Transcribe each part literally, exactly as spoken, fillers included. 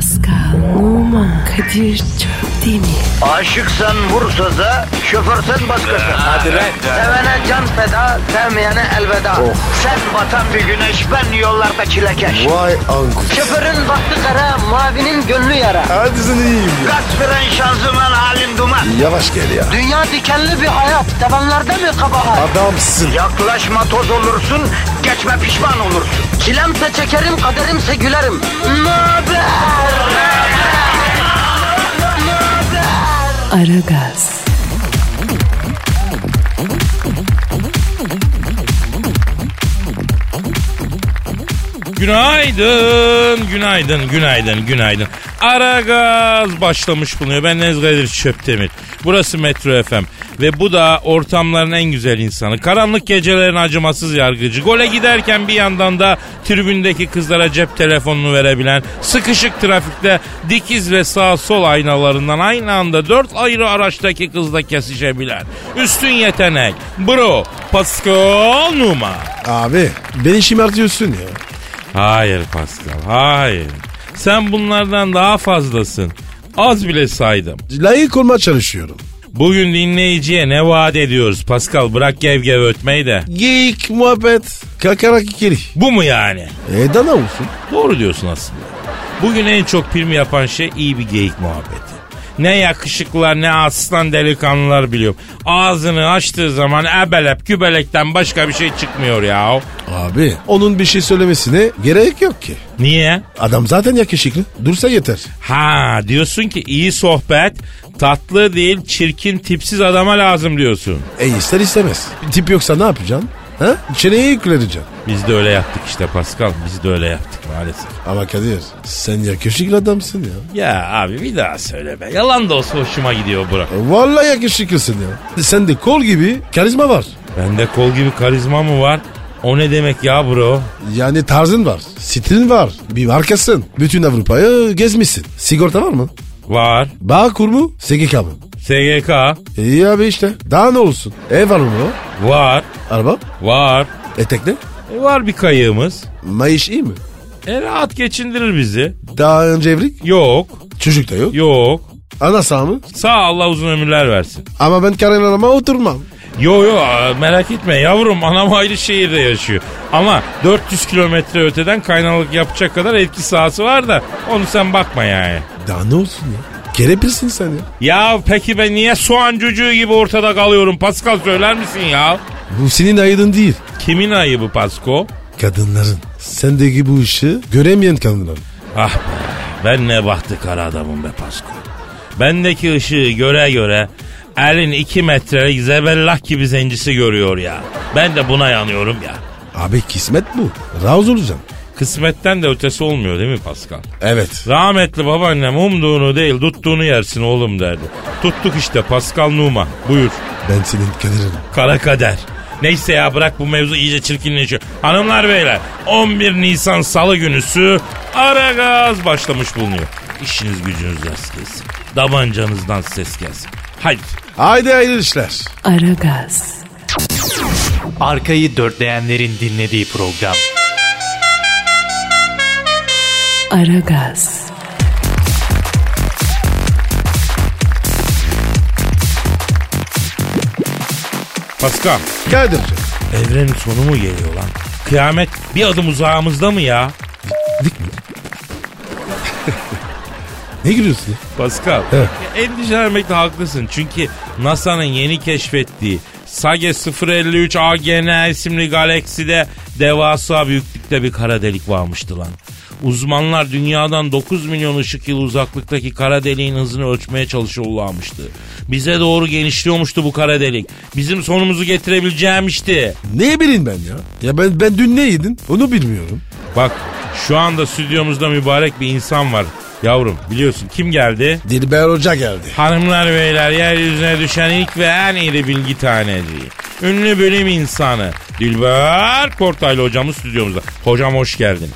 Pascal, Oman, Kadir çok değil mi? Aşıksan vursa da, şoförsen başkasın. Hadi lan. Sevene can feda, sevmeyene elveda. Oh. Sen batan bir güneş, ben yollarda çilekeş. Vay anku. Şoförün baktı kara, mavinin gönlü yara. Hadi sen iyiyim ya. Kasperen şanzıman halin duman. Yavaş gel ya. Dünya dikenli bir hayat, sevenlerde mi kabahar? Adamsın. Yaklaşma toz olursun, geçme pişman olursun. Çilemse çekerim, kaderimse gülerim. Möber! Aragaz. Günaydın, günaydın, günaydın, günaydın. Aragaz başlamış bulunuyor. Ben Deniz Kadir Çöptemir. Burası Metro F M. Ve bu da ortamların en güzel insanı. Karanlık gecelerin acımasız yargıcı. Gole giderken bir yandan da tribündeki kızlara cep telefonunu verebilen, sıkışık trafikte dikiz ve sağ sol aynalarından aynı anda dört ayrı araçtaki kızla kesişebilen üstün yetenek Bro Pascal Numa. Abi beni şımartıyorsun ya. Hayır Pascal, hayır. Sen bunlardan daha fazlasın. Az bile saydım. Layık olma çalışıyorum. Bugün dinleyiciye ne vaat ediyoruz Pascal? Bırak gev gev ötmeyi de. Geyik, muhabbet, kakarak ikili. Bu mu yani? E da ne olsun? Doğru diyorsun aslında. Bugün en çok prim yapan şey iyi bir geyik muhabbeti. Ne yakışıklılar ne aslan delikanlılar biliyorum. Ağzını açtığı zaman ebelep kübelekten başka bir şey çıkmıyor ya. Abi onun bir şey söylemesine gerek yok ki. Niye? Adam zaten yakışıklı. Dursa yeter. Ha diyorsun ki iyi sohbet tatlı değil çirkin tipsiz adama lazım diyorsun. E ister istemez. Tip yoksa ne yapacaksın? Ha? Çeneye yükleneceksin. Biz de öyle yaptık işte Pascal. Biz de öyle yaptık maalesef. Ama Kadir sen yakışıklı adamsın ya. Ya abi bir daha söyle be. Yalan da olsa hoşuma gidiyor bırak. Vallahi yakışıklısın ya. Sende kol gibi karizma var. Bende kol gibi karizma mı var? O ne demek ya bro? Yani tarzın var. Stilin var. Bir markasın. Bütün Avrupa'yı gezmişsin. Sigorta var mı? Var. Bağkur mu? S G K mı? S G K. İyi abi işte. Daha ne olsun? Ev var mı? Var. Araba? Var. Etek ne? E var bir kayığımız. Maaş iyi mi? E rahat geçindirir bizi. Daha önce evlilik? Yok. Çocuk da yok. Yok. Ana sağ mı? Sağ Allah uzun ömürler versin. Ama ben kararlarıma oturmam. Yo yo merak etme yavrum anam ayrı şehirde yaşıyor. Ama dört yüz kilometre öteden kaynalık yapacak kadar etki sahası var da onu sen bakma yani. Daha ne olsun ya? Kelepirsin sen ya. Ya peki ben niye soğan cücüğü gibi ortada kalıyorum Pascal söyler misin ya? Bu senin ayıdın değil. Kimin ayıbı Pasko? Kadınların. Sendeki bu ışığı göremeyen kadınlar. Ah be ben ne bahtı adamım be Pasko. Bendeki ışığı göre göre elin iki metrelik zebellah gibi zencisi görüyor ya. Ben de buna yanıyorum ya. Abi kismet bu. Razı olacaksın. Kısmetten de ötesi olmuyor değil mi Pascal? Evet. Rahmetli babaannem umduğunu değil tuttuğunu yersin oğlum derdi. Tuttuk işte Pascal Numa. Buyur. Ben senin kaderin. Kara kader. Neyse ya bırak bu mevzu iyice çirkinleşiyor. Hanımlar beyler on bir Nisan Salı günüsü Aragaz başlamış bulunuyor. İşiniz gücünüz rast gelsin. Davancanızdan ses gelsin. Haydi. Haydi hayırlı işler. Aragaz. Arkayı dörtleyenlerin dinlediği program. Aragaz. Pascal. Kadir'cim. Evrenin sonu mu geliyor lan? Kıyamet bir adım uzağımızda mı ya? Dik mi? Ne gülüyorsun ya? Pascal. Evet. Endişelenmekte haklısın. Çünkü NASA'nın yeni keşfettiği Sage sıfır elli üç A G N isimli galakside devasa büyüklükte bir kara delik varmıştı lan. Uzmanlar dünyadan dokuz milyon ışık yılı uzaklıktaki kara deliğin hızını ölçmeye çalışıyorlarmıştı. Bize doğru genişliyormuştu bu kara delik. Bizim sonumuzu getirebileceğimişti. Ne bileyim ben ya? Ya ben ben dün ne yedin? Onu bilmiyorum. Bak şu anda stüdyomuzda mübarek bir insan var. Yavrum biliyorsun kim geldi? Dilber Hoca geldi. Hanımlar beyler yeryüzüne düşen ilk ve en iri bilgi taneciği. Ünlü bilim insanı Dilber Kortaylı hocamız stüdyomuzda. Hocam hoş geldiniz.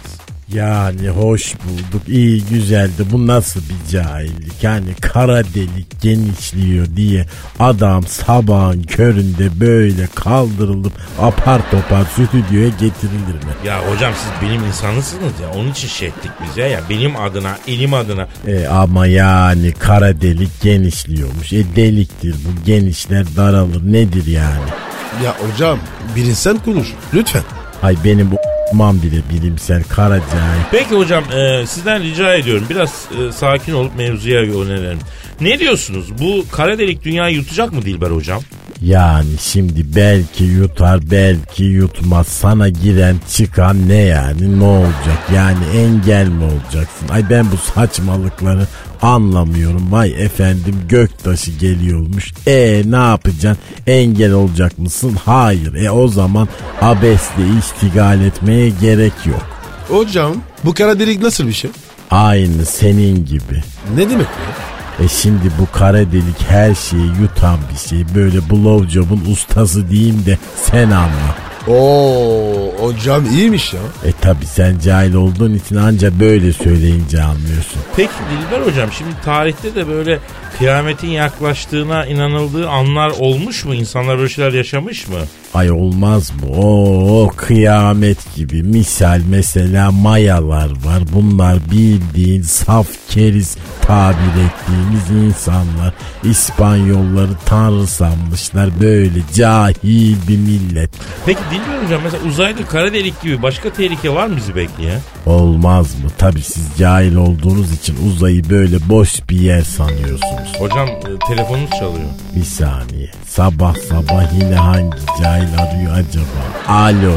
Yani hoş bulduk, iyi güzeldi. Bu nasıl bir cahillik? Yani kara delik genişliyor diye adam sabahın köründe böyle kaldırılıp apar topar stüdyoya getirilir mi? Ya hocam siz bilim insanısınız ya, onun için şey ettik biz ya, ya benim adına, ilim adına. E ama yani kara delik genişliyormuş. E deliktir bu, genişler daralır, nedir yani? Ya hocam bir insan konuş lütfen. Ay benim bu man bile bilimsel kara cahil. Peki hocam e, sizden rica ediyorum biraz e, sakin olup mevzuya yönelelim. Ne diyorsunuz, bu kara delik dünyayı yutacak mı Dilber hocam? Yani şimdi belki yutar belki yutmaz, sana giren çıkan ne yani, ne olacak yani, engel mi olacaksın? Ay ben bu saçmalıkları anlamıyorum. Vay efendim göktaşı geliyormuş. E ne yapacaksın? Engel olacak mısın? Hayır. E o zaman abesle iştigal etmeye gerek yok. Hocam bu kara delik nasıl bir şey? Aynı senin gibi. Ne demek bu? E şimdi bu kara delik her şeyi yutan bir şey. Böyle blowjob'un ustası diyeyim de sen anla. Oo hocam iyiymiş ya. E tabi sen cahil olduğun için anca böyle söyleyince anlıyorsun. Peki Dilber hocam, şimdi tarihte de böyle kıyametin yaklaştığına inanıldığı anlar olmuş mu? İnsanlar böyle şeyler yaşamış mı? Ay olmaz mı? Oo kıyamet gibi. Misal mesela Mayalar var. Bunlar bildiğin saf keriz tabir ettiğimiz insanlar. İspanyolları tanrı sanmışlar. Böyle cahil bir millet. Peki Dilber hocam, mesela uzayda kara delik gibi başka tehlike var mı bizi bekleyen? Olmaz mı? Tabii siz cahil olduğunuz için uzayı böyle boş bir yer sanıyorsunuz. Hocam e, telefonunuz çalıyor. Bir saniye. Sabah sabah yine hangi cahil arıyor acaba? Alo.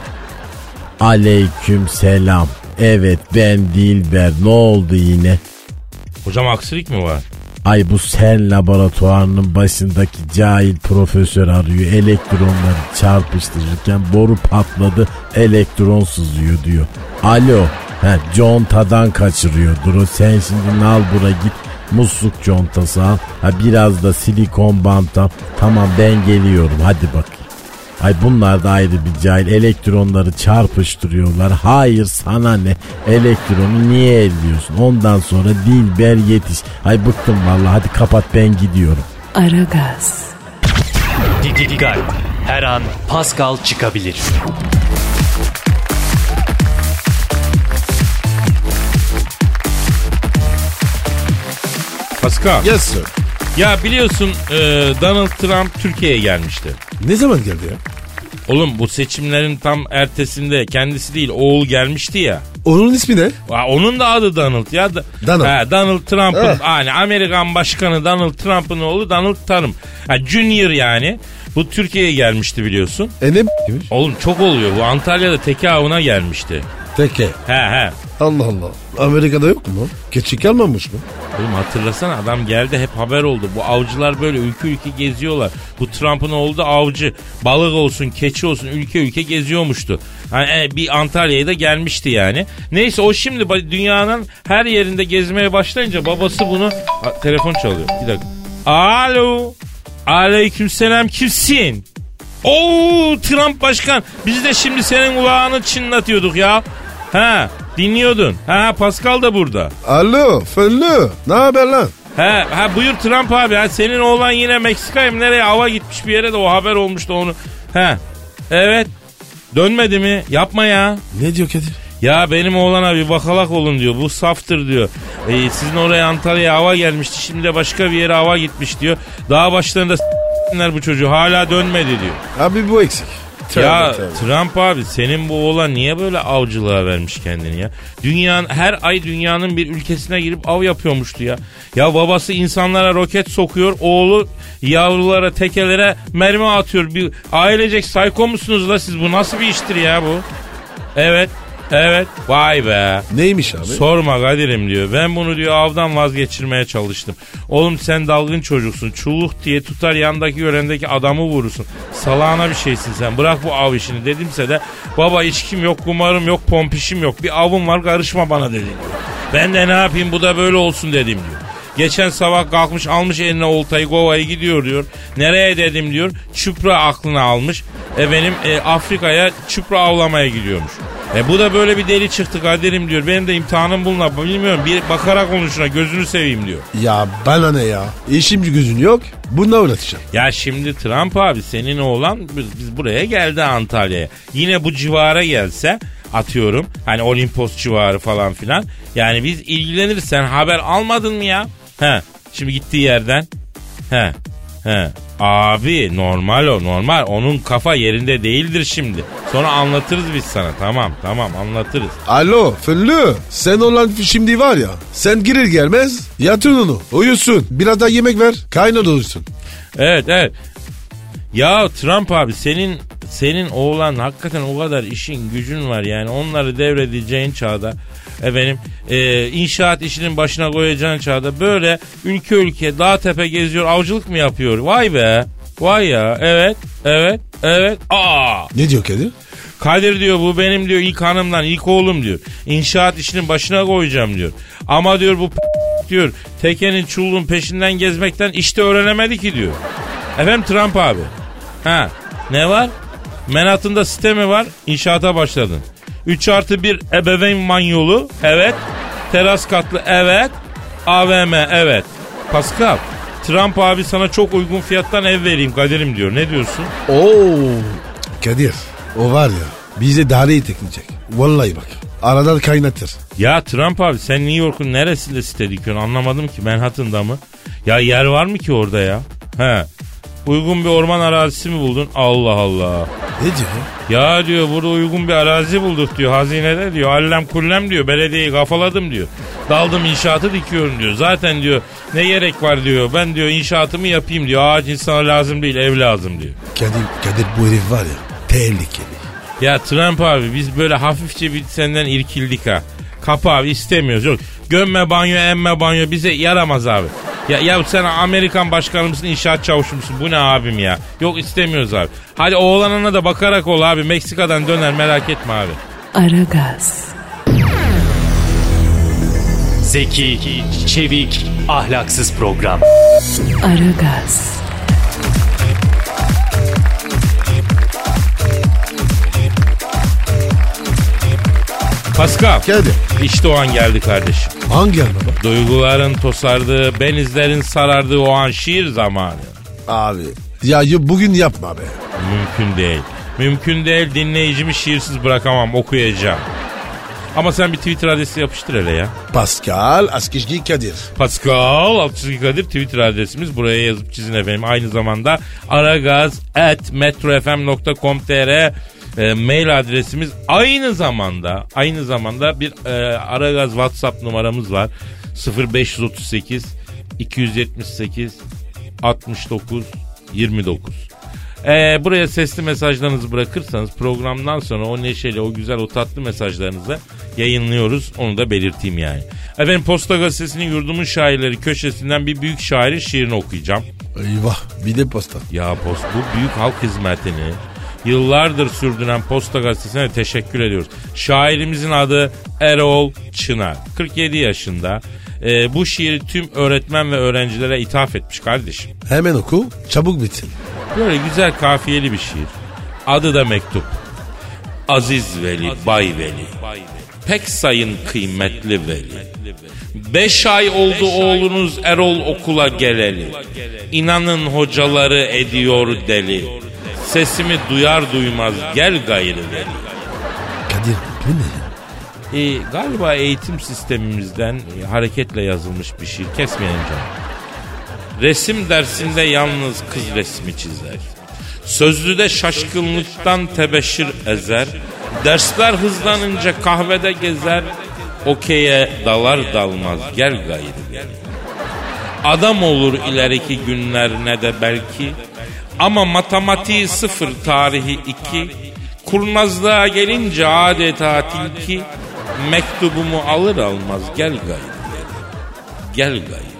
Aleyküm selam. Evet ben Dilber. Ne oldu yine? Hocam aksilik mi var? Ay bu sen laboratuvarının başındaki cahil profesör arıyor. Elektronları çarpıştırırken boru patladı, elektron sızıyor diyor. Alo. He, contadan kaçırıyordur o. Sen şimdi nalbura git, musluk contası al. Ha, biraz da silikon bant al. Tamam ben geliyorum, hadi bakayım. Ay bunlar da ayrı bir cahil. Elektronları çarpıştırıyorlar. Hayır sana ne? Elektronu niye elliyorsun? Ondan sonra Dilber yetiş. Ay bıktım vallahi, hadi kapat ben gidiyorum. Aragaz. Dikkat. Her an Pascal çıkabilir. Pascal. Yes sir. Ya biliyorsun e, Donald Trump Türkiye'ye gelmişti. Ne zaman geldi ya? Oğlum bu seçimlerin tam ertesinde kendisi değil oğul gelmişti ya. Onun ismi ne? Ha, onun da adı Donald ya. Da, Donald. Ha, Donald Trump'ın Evet. hani Amerikan başkanı Donald Trump'ın oğlu Donald Trump. Ha, Junior yani. Bu Türkiye'ye gelmişti biliyorsun. E ne b***miş? Oğlum çok oluyor. Bu Antalya'da teke avına gelmişti. Teke. He he. Allah Allah. Amerika'da yok mu? Keçi kalmamış mı? Oğlum hatırlasana, adam geldi hep haber oldu. Bu avcılar böyle ülke ülke geziyorlar. Bu Trump'ın oğlu da avcı. Balık olsun keçi olsun ülke ülke geziyormuştu. Hani bir Antalya'ya da gelmişti yani. Neyse o şimdi dünyanın her yerinde gezmeye başlayınca babası bunu... Ha, telefon çalıyor. Bir dakika. Alo. Aleykümselam, kimsin? Oo Trump başkan. Biz de şimdi senin kulağını çınlatıyorduk ya. Ha dinliyordun. Ha Pascal da burada. Alo Fönlü. Ne haber lan? Ha, ha buyur Trump abi. Ha, senin oğlan yine Meksika'ya mı nereye hava gitmiş bir yere de o haber olmuştu onu. Ha evet. Dönmedi mi? Yapma ya. Ne diyor Kadir? Ya benim oğlana bir bakalak olun diyor. Bu saftır diyor. Ee, sizin oraya Antalya'ya hava gelmişti. Şimdi de başka bir yere hava gitmiş diyor. Daha başlarında s***ler bu çocuğu. Hala dönmedi diyor. Abi bu eksik. Tövbe, ya tövbe. Trump abi, senin bu oğlan niye böyle avcılığa vermiş kendini ya? Dünyanın her ay dünyanın bir ülkesine girip av yapıyormuştu ya. Ya babası insanlara roket sokuyor, oğlu yavrulara, tekelere mermi atıyor. Bir ailecek sayko musunuz la siz? Bu nasıl bir iştir ya bu? Evet. Evet. Vay be. Neymiş abi? Sorma Kadir'im diyor. Ben bunu diyor avdan vazgeçirmeye çalıştım. Oğlum sen dalgın çocuksun. Çulluk diye tutar yandaki yörendeki adamı vurursun. Salağına bir şeysin sen. Bırak bu av işini dedimse de baba içkim yok, kumarım yok, pompişim yok. Bir avım var, karışma bana dedi diyor. Ben de ne yapayım, bu da böyle olsun dedim diyor. Geçen sabah kalkmış almış eline oltayı, kovayı gidiyor diyor. Nereye dedim diyor. Çupra aklına almış. E benim e, Afrika'ya çupra avlamaya gidiyormuş. E bu da böyle bir deli çıktı Kadir'im diyor. Benim de imtihanım bununla. Bilmiyorum bir bakarak konuşuna gözünü seveyim diyor. Ya bana ne ya? İşim gözün yok. Bununla uğraşacağım. Ya şimdi Trump abi senin oğlan biz, biz buraya geldi Antalya'ya. Yine bu civara gelse atıyorum hani Olimpos civarı falan filan. Yani biz ilgileniriz. Sen haber almadın mı ya? He. Şimdi gittiği yerden. He. He. Abi normal o normal. Onun kafa yerinde değildir şimdi. Sonra anlatırız biz sana. Tamam tamam anlatırız. Alo Fınlı. Sen olan şimdi var ya. Sen girer gelmez yatır onu. Uyusun. Biraz da yemek ver. Kaynadı uyusun. Evet evet. Ya Trump abi senin senin oğlan hakikaten o kadar işin gücün var yani onları devredeceğin çağda efendim e, inşaat işinin başına koyacağın çağda böyle ülke ülke dağ tepe geziyor avcılık mı yapıyor? Vay be vay ya evet evet evet aa. Ne diyor Kadir? Kadir diyor bu benim diyor ilk hanımdan ilk oğlum diyor. İnşaat işinin başına koyacağım diyor. Ama diyor bu p- diyor tekenin çulluğun peşinden gezmekten işte öğrenemedi ki diyor. Efendim Trump abi. Ha ne var? Manhattan'da site var? İnşaata başladın. üç artı bir ebeveyn manyolu. Evet. Teras katlı. Evet. A V M. Evet. Pascal. Trump abi sana çok uygun fiyattan ev vereyim Kadir'im diyor. Ne diyorsun? Oo. Kadir. O var ya. Bize daha iyi tekleyecek. Vallahi bak. Aradan kaynatır. Ya Trump abi sen New York'un neresinde site dikiyorsun anlamadım ki. Manhattan'da mı? Ya yer var mı ki orada ya? He. Uygun bir orman arazisi mi buldun? Allah Allah. Ne diyor? Ya diyor burada uygun bir arazi bulduk diyor. Hazinede diyor. Allem kullem diyor. Belediyeyi kafaladım diyor. Daldım inşaatı dikiyorum diyor. Zaten diyor ne gerek var diyor. Ben diyor inşaatımı yapayım diyor. Ağaç insana lazım değil ev lazım diyor. Kadir, Kadir bu herif var ya tehlikeli. Ya Trump abi biz böyle hafifçe bir senden irkildik ha. Kapı abi istemiyoruz. Yok gömme banyo emme banyo bize yaramaz abi. Ya, ya sen Amerikan başkanı mısın inşaat çavuşu musun bu ne abim ya. Yok istemiyoruz abi. Hadi oğlanına da bakarak ol abi Meksika'dan döner merak etme abi. Aragaz. Zeki, çevik, ahlaksız program. Aragaz. Pascal. Kadir. İşte o an geldi kardeşim. Hangi an baba? Duyguların tosardığı, benizlerin sarardığı o an şiir zamanı. Abi. Ya bugün yapma be. Mümkün değil. Mümkün değil dinleyicimi şiirsiz bırakamam okuyacağım. Ama sen bir Twitter adresi yapıştır hele ya. Pascal Askizgi Kadir. Pascal Askizgi Kadir Twitter adresimiz. Buraya yazıp çizin efendim. Aynı zamanda aragaz at metrofm nokta com nokta tr e, mail adresimiz. Aynı zamanda aynı zamanda bir e, Aragaz WhatsApp numaramız var. sıfır beş otuz sekiz iki yetmiş sekiz altmış dokuz yirmi dokuz. Ee, buraya sesli mesajlarınızı bırakırsanız programdan sonra o neşeli, o güzel, o tatlı mesajlarınızı yayınlıyoruz. Onu da belirteyim yani. Efendim Posta Gazetesi'nin Yurdumun Şairleri köşesinden bir büyük şairin şiirini okuyacağım. Eyvah bir de posta. Ya post, bu büyük halk hizmetini yıllardır sürdüren Posta Gazetesi'ne teşekkür ediyoruz. Şairimizin adı Erol Çınar. kırk yedi yaşında. Ee, bu şiiri tüm öğretmen ve öğrencilere ithaf etmiş kardeşim. Hemen oku çabuk bitsin. Böyle güzel kafiyeli bir şiir. Adı da mektup. Aziz Veli, Bay Veli. Pek sayın kıymetli Veli. Beş ay oldu oğlunuz Erol okula geleli. İnanın hocaları ediyor deli. Sesimi duyar duymaz gel gayrı Veli. Kadir bu ne? E, galiba eğitim sistemimizden e, hareketle yazılmış bir şiir. Kesmeyelim canım. Resim dersinde yalnız kız resmi çizer. Sözlüde şaşkınlıktan tebeşir ezer. Dersler hızlanınca kahvede gezer. Okey'e dalar dalmaz gel gayrı. Adam olur ileriki günlerine de belki. Ama matematiği sıfır, tarihi iki. Kurnazlığa gelince adeta tilki. Mektubumu alır almaz gel gayrı. Gel gayrı.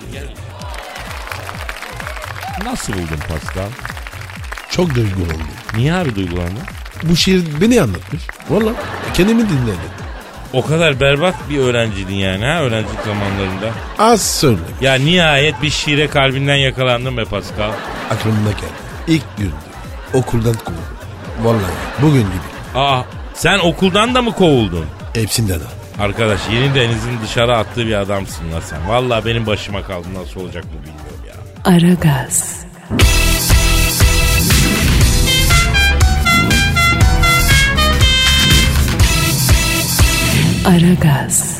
Nasıl buldun Pascal? Çok duygulandım. Niye abi duygulandın? Bu şiir beni anlatmış. Valla kendimi dinledim. O kadar berbat bir öğrenciydin yani ha öğrencilik zamanlarında. Az söyle. Ya nihayet bir şiire kalbinden yakalandın be Pascal. Aklımda geldi. İlk gündü. Okuldan kovuldum. Vallahi bugün gibi. Aa Sen okuldan da mı kovuldun? Hepsinden abi. Arkadaş yeni denizin dışarı attığı bir adamsın lan sen. Vallahi benim başıma kaldı, nasıl olacak bu bilmiyorum ya. Aragaz. Aragaz.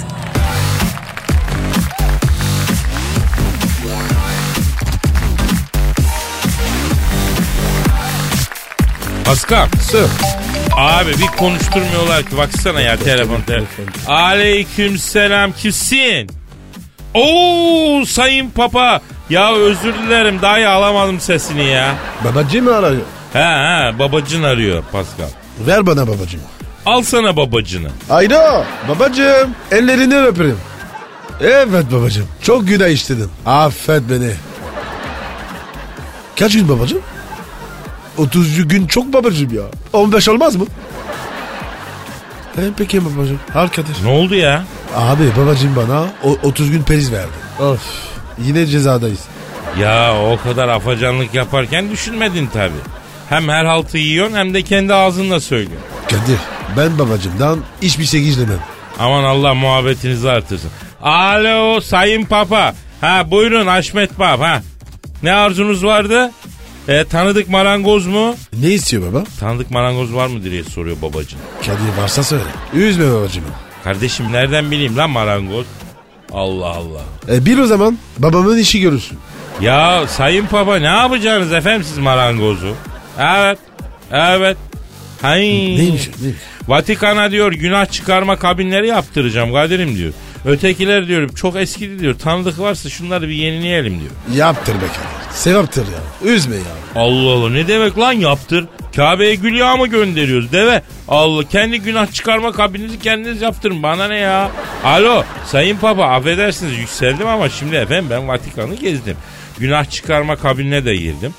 Pascal. Sir. Abi bir konuşturmuyorlar ki, baksana ya telefon telefon. Aleykümselam, kimsin? Oo sayın papa. Ya özür dilerim, daha iyi alamadım sesini ya. Babacığım mı arıyor? He he, babacın arıyor Pascal. Ver bana babacığım. Al sana babacını. Ayda babacığım, ellerini öperim. Evet babacığım, çok günah işledim. Affet beni. Kaç gün babacığım? otuz gün çok babacığım ya. on beş olmaz mı? He, peki babacığım. Harikadır. Ne oldu ya? Abi babacığım bana o, otuz gün periz verdi. Of. Yine cezadayız. Ya o kadar afacanlık yaparken düşünmedin tabi. Hem her haltı yiyorsun hem de kendi ağzınla söylüyorsun. Kadir, ben babacığımdan hiçbir şey gizlemem. Aman Allah muhabbetinizi artırsın. Alo sayın papa. Ha buyurun Haşmet Bab ha. Ne arzunuz vardı? E, tanıdık marangoz mu? Ne istiyor baba? Tanıdık marangoz var mı diye soruyor babacığım. Kadir varsa söyle. Üzme babacığımı. Kardeşim nereden bileyim lan marangoz? Allah Allah. E bir o zaman babamın işi görürsün. Ya sayın papa ne yapacaksınız efendim siz marangozu? Evet. Evet. Hay. Neymiş? Neymiş? Vatikan'a diyor günah çıkarma kabinleri yaptıracağım Kadir'im diyor. Ötekiler diyorum çok eskidi diyor. Tanıdık varsa şunları bir yenileyelim diyor. Yaptır be Kadir. Sevaptır ya. Üzme ya. Allah Allah ne demek lan yaptır? Kabe'ye gül yağı mı gönderiyoruz deve? Allah kendi günah çıkarma kabininizi kendiniz yaptırın. Bana ne ya? Alo sayın papa affedersiniz yükseldim ama şimdi efendim ben Vatikan'ı gezdim. Günah çıkarma kabinine de girdim.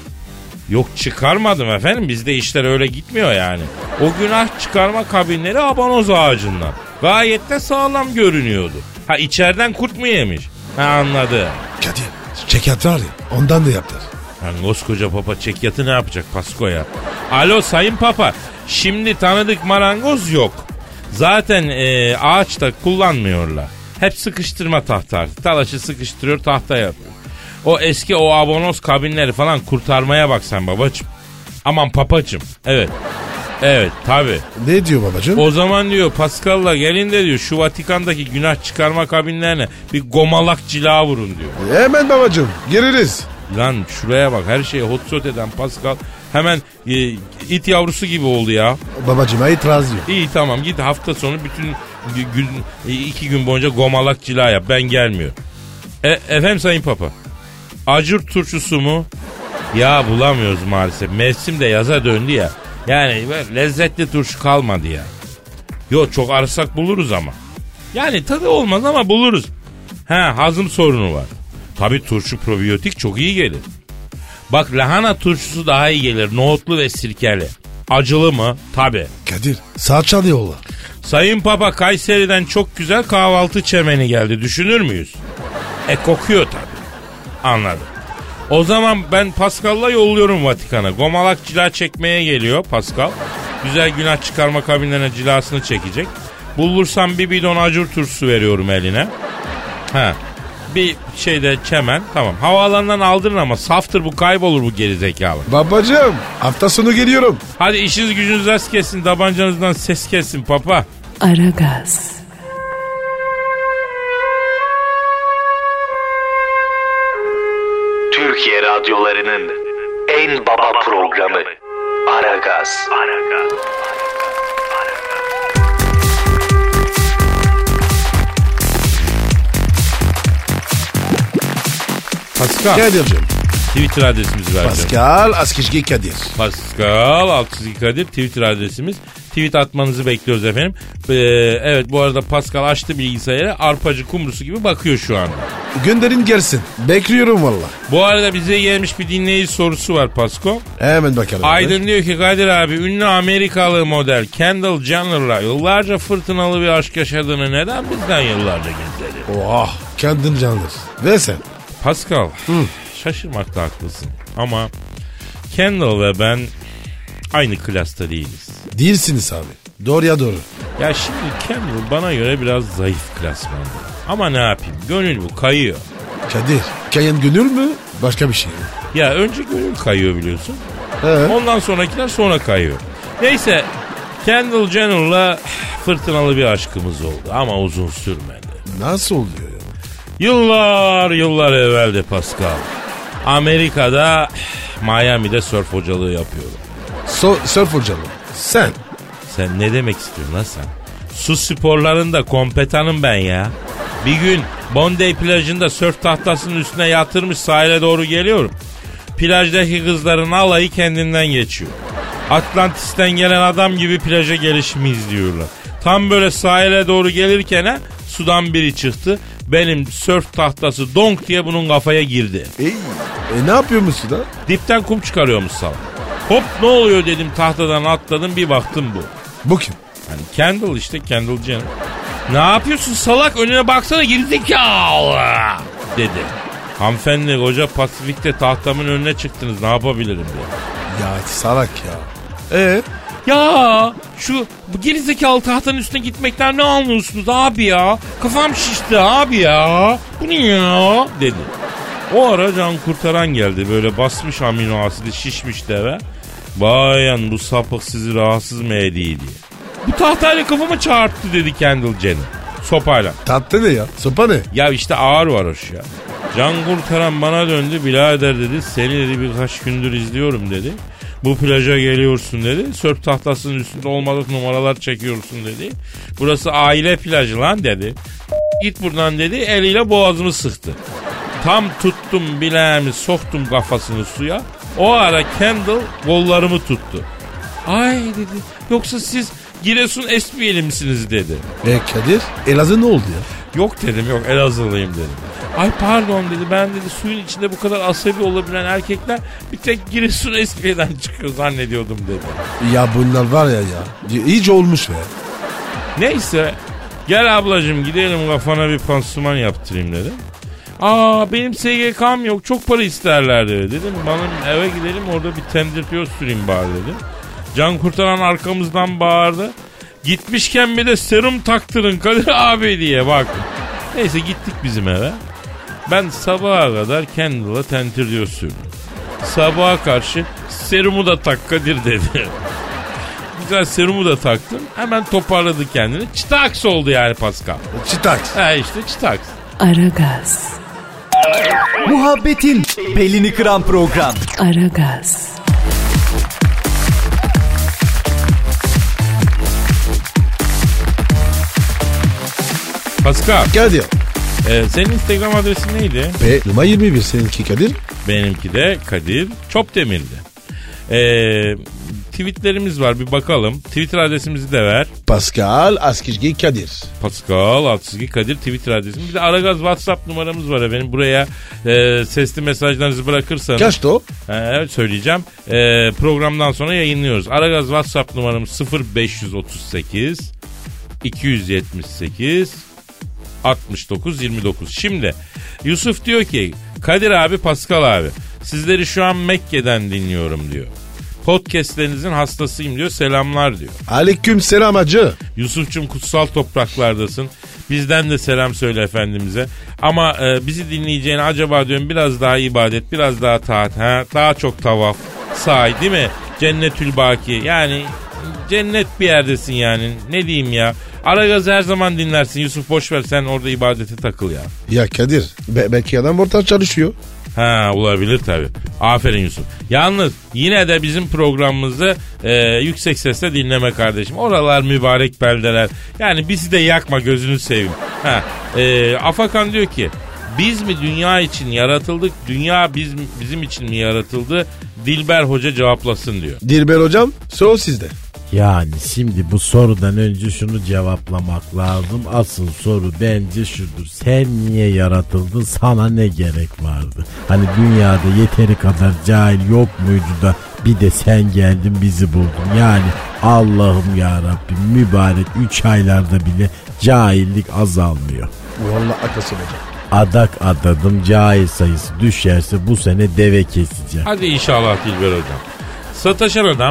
Yok çıkarmadım efendim, bizde işler öyle gitmiyor yani. O günah çıkarma kabinleri abanoz ağacından. Gayet de sağlam görünüyordu. Ha içeriden kurt mu yemiş? Ha anladı. Kadir çekyat var ya ondan da yaptır. Yani koskoca papa çekyatı ne yapacak Pasko ya? Alo sayın papa, şimdi tanıdık marangoz yok. Zaten e, ağaçta kullanmıyorlar. Hep sıkıştırma tahta. Talaşı sıkıştırıyor tahta yapıyor. O eski o abonoz kabinleri falan kurtarmaya bak sen babacığım. Aman papacığım. Evet. Evet tabi. Ne diyor babacığım? O zaman diyor Pascal'la gelin de diyor şu Vatikan'daki günah çıkarma kabinlerine bir gomalak cila vurun diyor. Hemen babacığım gireriz. Lan şuraya bak, her şeye hot shot eden Pascal hemen e, it yavrusu gibi oldu ya. Babacığıma itiraz yok. İyi tamam git hafta sonu bütün gün, iki gün boyunca gomalak cila yap, ben gelmiyor. E, efendim sayın papa. Acur turşusu mu? Ya bulamıyoruz maalesef. Mevsim de yaza döndü ya. Yani lezzetli turşu kalmadı ya. Yok çok ararsak buluruz ama. Yani tadı olmaz ama buluruz. He hazım sorunu var. Tabii turşu probiyotik çok iyi gelir. Bak lahana turşusu daha iyi gelir. Nohutlu ve sirkeli. Acılı mı? Tabii. Kadir salça diyorlar. Sayın Papa Kayseri'den çok güzel kahvaltı çemeni geldi. Düşünür müyüz? E kokuyor tabii. Anladım. O zaman ben Pascal'la yolluyorum Vatikan'a. Gomalak cila çekmeye geliyor Pascal. Güzel günah çıkarma kabinlerine cilasını çekecek. Bulursam bir bidon acur turşusu veriyorum eline. Ha. Bir şeyde çemen. Tamam. Havaalanından aldırın ama saftır bu, kaybolur bu gerizekalı. Babacığım hafta sonu geliyorum. Hadi işiniz gücünüz rast kesin. Tabancanızdan ses kesin papa. Aragaz. Türkiye radyolarının en baba programı Aragaz. Aragaz. Pascal. Kadir'cim. Twitter adresimizi vereceğim. Pascal Askizgi Kadir. Pascal Askizgi Kadir Twitter adresimiz. Tweet atmanızı bekliyoruz efendim. Ee, evet bu arada Pascal açtı bilgisayarı, arpacı kumrusu gibi bakıyor şu anda. Gönderin gelsin. Bekliyorum valla. Bu arada bize gelmiş bir dinleyici sorusu var Pasko. Hemen bakalım. Aydın diyor ki Kadir abi, ünlü Amerikalı model Kendall Jenner'la yıllarca fırtınalı bir aşk yaşadığını neden bizden yıllarca gizledi? Oha kendin candır. Ve sen? Pascal Hı. şaşırmakta haklısın ama Kendall ve ben aynı klasta değiliz. Değilsiniz abi. Doğruya doğru. Ya şimdi Kendall bana göre biraz zayıf klasmanda. Ama ne yapayım? Gönül bu, kayıyor. Kadir, kayan gönül mü? Başka bir şey mi? Ya önce gönül kayıyor biliyorsun. He. Ondan sonrakiler sonra kayıyor. Neyse Kendall Jenner'la fırtınalı bir aşkımız oldu ama uzun sürmedi. Nasıl oluyor ya? Yıllar yıllar evvelde Pascal. Amerika'da Miami'de sörf hocalığı yapıyorum. So, surf hocalı. Sen. Sen ne demek istiyorsun lan sen? Su sporlarında kompetanım ben ya. Bir gün Bondi plajında sörf tahtasının üstüne yatırmış sahile doğru geliyorum. Plajdaki kızların alayı kendinden geçiyor. Atlantis'ten gelen adam gibi plaja gelişimi izliyorlar. Tam böyle sahile doğru gelirken ha, sudan biri çıktı. Benim sörf tahtası donk diye bunun kafaya girdi. E, e ne yapıyor musun da? Dipten kum çıkarıyormuş salak. Hop ne oluyor dedim, tahtadan atladım, bir baktım bu. Bu kim? Yani Kendall işte, Kendall Jenner. Ne yapıyorsun salak, önüne baksana gerizekalı dedi. Hanımefendi koca Pasifik'te tahtamın önüne çıktınız, ne yapabilirim diye. Ya salak ya. Eee? Ya şu bu gerizekalı tahtanın üstüne gitmekten ne anlıyorsunuz abi ya? Kafam şişti abi ya. Bu ne ya? Dedi. O ara can kurtaran geldi, böyle basmış amino asidi, şişmiş deve. Bayan bu sapık sizi rahatsız mı ediyor diye. Bu tahtayla kafama çarptı dedi Kendall Jenner. Sopayla. Tatlı ne ya? Sopa ne? Ya işte ağır varoş ya. Can kurtaran bana döndü, birader dedi, seni dedi birkaç gündür izliyorum dedi. Bu plaja geliyorsun dedi. Sörf tahtasının üstünde olmadık numaralar çekiyorsun dedi. Burası aile plajı lan dedi. Git buradan dedi, eliyle boğazımı sıktı. Tam tuttum bileğimi, soktum kafasını suya. O ara Kendall kollarımı tuttu. Ay dedi, yoksa siz Giresun Esbiyeli misiniz dedi. E Kadir, Elazığ ne oldu ya? Yok dedim, yok Elazığlıyım dedim. Ay pardon dedi, ben dedi suyun içinde bu kadar asabi olabilen erkekler bir tek Giresun Esbiye'den çıkıyor zannediyordum dedi. Ya bunlar var ya ya, iyice olmuş be. Neyse gel ablacığım gidelim kafana bir pansuman yaptırayım dedim. Aa benim S G K'm yok, çok para isterler dedi. Dedim bana eve gidelim, orada bir tendirtiyor süreyim bari dedim. Can kurtaran arkamızdan bağırdı. Gitmişken bir de serum taktırın Kadir abi diye bak. Neyse gittik bizim eve. Ben sabaha kadar Kendall'a tentirliyor sürdüm. Sabaha karşı serumu da tak Kadir dedi. Güzel serumu da taktım. Hemen toparladı kendini. Çıtaks oldu yani Pascal. Çıtaks. He işte çıtaks. Aragaz. Muhabbetin belini kıran program. Aragaz. Pascal. Kadir. E, senin Instagram adresin neydi? Be, numara yirmi bir seninki Kadir. Benimki de Kadir Çopdemir'di. Eee... Tweetlerimiz var, bir bakalım. Twitter adresimizi de ver. Pascal Askizgi Kadir. Pascal Askizgi Kadir Twitter adresim. Bir de Aragaz WhatsApp numaramız var efendim. Buraya e, sesli mesajlarınızı bırakırsanız. Kaçtı o? E, evet söyleyeceğim. E, programdan sonra yayınlıyoruz. Aragaz WhatsApp numaramız sıfır beş otuz sekiz iki yetmiş sekiz altmış dokuz yirmi dokuz. Şimdi Yusuf diyor ki Kadir abi, Pascal abi, sizleri şu an Mekke'den dinliyorum diyor. Podcastlerinizin hastasıyım diyor. Selamlar diyor. Aleyküm selam hacı. Yusuf'cum kutsal topraklardasın. Bizden de selam söyle Efendimiz'e. Ama e, bizi dinleyeceğine acaba diyorum biraz daha ibadet, biraz daha taat, ha? Daha çok tavaf, sahi değil mi? Cennetül Baki. Yani cennet bir yerdesin yani. Ne diyeyim ya. Aragaz'ı her zaman dinlersin. Yusuf boş ver, sen orada ibadete takıl ya. Ya Kadir, be- belki adam ortak çalışıyor. Ha olabilir tabii. Aferin Yusuf. Yalnız yine de bizim programımızı e, yüksek sesle dinleme kardeşim. Oralar mübarek beldeler. Yani bizi de yakma, gözünü seveyim. Ha, e, Afakan diyor ki biz mi dünya için yaratıldık, dünya biz, bizim için mi yaratıldı? Dilber Hoca cevaplasın diyor. Dilber hocam, soru sizde. Yani şimdi bu sorudan önce şunu cevaplamak lazım. Asıl soru bence şudur. Sen niye yaratıldın? Sana ne gerek vardı? Hani dünyada yeteri kadar cahil yok muydu da bir de sen geldin bizi buldun. Yani Allah'ım yarabbim, mübarek üç aylarda bile cahillik azalmıyor. Vallahi akası hocam. Adak adadım, cahil sayısı düşerse bu sene deve keseceğim. Hadi inşallah Dilber Hocam. Sataşan adam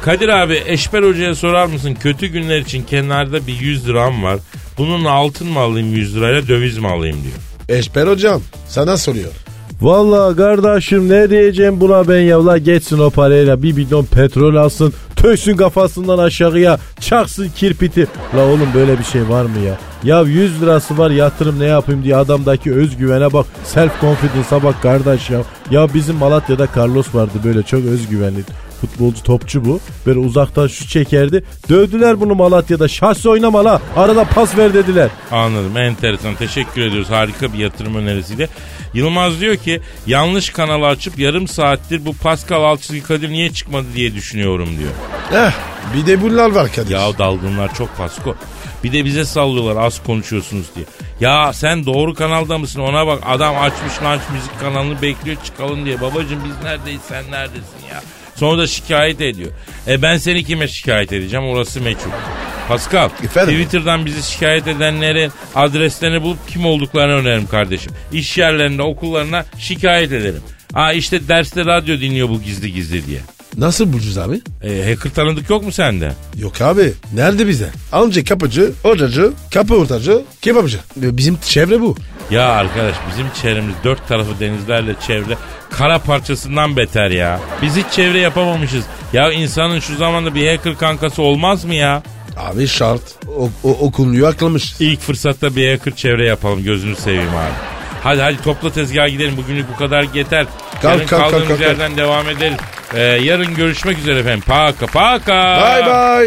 Kadir abi, Eşber Hoca'ya sorar mısın? Kötü günler için kenarda bir yüz liram var. Bunun altın mı alayım yüz lirayla, döviz mi alayım diyor. Eşber hocam sana soruyor. Vallahi kardeşim ne diyeceğim buna ben ya? La geçsin o parayla bir bidon petrol alsın. Töksün kafasından aşağıya. Çaksın kirpiti. La oğlum böyle bir şey var mı ya? Ya yüz lirası var yatırım ne yapayım diye adamdaki özgüvene bak. Self confidence'a bak kardeş ya. Ya bizim Malatya'da Carlos vardı böyle çok özgüvenli. Futbolcu topçu bu. Böyle uzaktan şu çekerdi. Dövdüler bunu Malatya'da. Şahsi oynama la. Arada pas ver dediler. Anladım. Enteresan. Teşekkür ediyoruz. Harika bir yatırım önerisiyle. Yılmaz diyor ki yanlış kanalı açıp yarım saattir bu Pascal Alçızgi Kadir niye çıkmadı diye düşünüyorum diyor. Eh bir de bunlar var Kadir. Ya dalgınlar çok Pasko. Bir de bize sallıyorlar az konuşuyorsunuz diye. Ya sen doğru kanalda mısın ona bak. Adam açmış Lunch müzik kanalını bekliyor çıkalım diye. Babacığım biz neredeyiz sen neredesin ya. Sonra da şikayet ediyor. E ben seni kime şikayet edeceğim orası meçhul. Pascal, Efendim? Twitter'dan bizi şikayet edenlerin adreslerini bulup kim olduklarını öneririm kardeşim. İş yerlerinde, okullarına şikayet ederim. Aa işte derste radyo dinliyor bu gizli gizli diye. Nasıl bulacağız abi? E, hacker tanıdık yok mu sende? Yok abi. Nerede bize? Anca kapıcı, hocacı, kapı ortacı, kebapçı. Bizim çevre bu. Ya arkadaş bizim çevremiz dört tarafı denizlerle çevre, kara parçasından beter ya. Biz hiç çevre yapamamışız. Ya insanın şu zamanda bir hacker kankası olmaz mı ya? Abi şart. O, o, o konuyu aklamış. İlk fırsatta bir hacker çevre yapalım gözünü seveyim abi. Hadi hadi topla tezgaha gidelim bugünlük bu kadar yeter. Kalk, Yarın kalk, kaldığımız kalk, kalk. yerden devam ederiz. Ee, yarın görüşmek üzere efendim. Paka paka. Bye bye.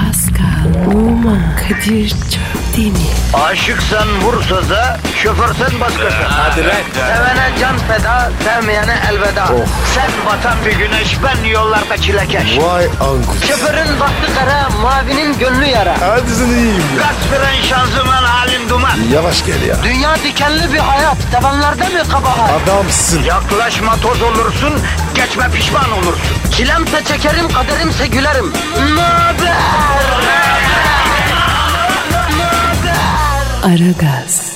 Pascal, Oman, Kadir çok değil mi? Aşıksan vursa da, şoförsen başkasın. Hadi lan. Sevene can feda, sevmeyene elveda. Sen batan bir güneş, ben yollarda çilekeş. Vay anku. Şoförün baktı kara, mavinin gönlü yara. Hadi sen iyiyim ya. Kasperen şanzıman halin duman. Yavaş gel ya. Dünya dikenli bir hayat, sevenlerde mi kabahar? Adamsın. Yaklaşma toz olursun, geçme pişman olursun. Çilemse çekerim, kaderimse gülerim. Möber! Aragaz.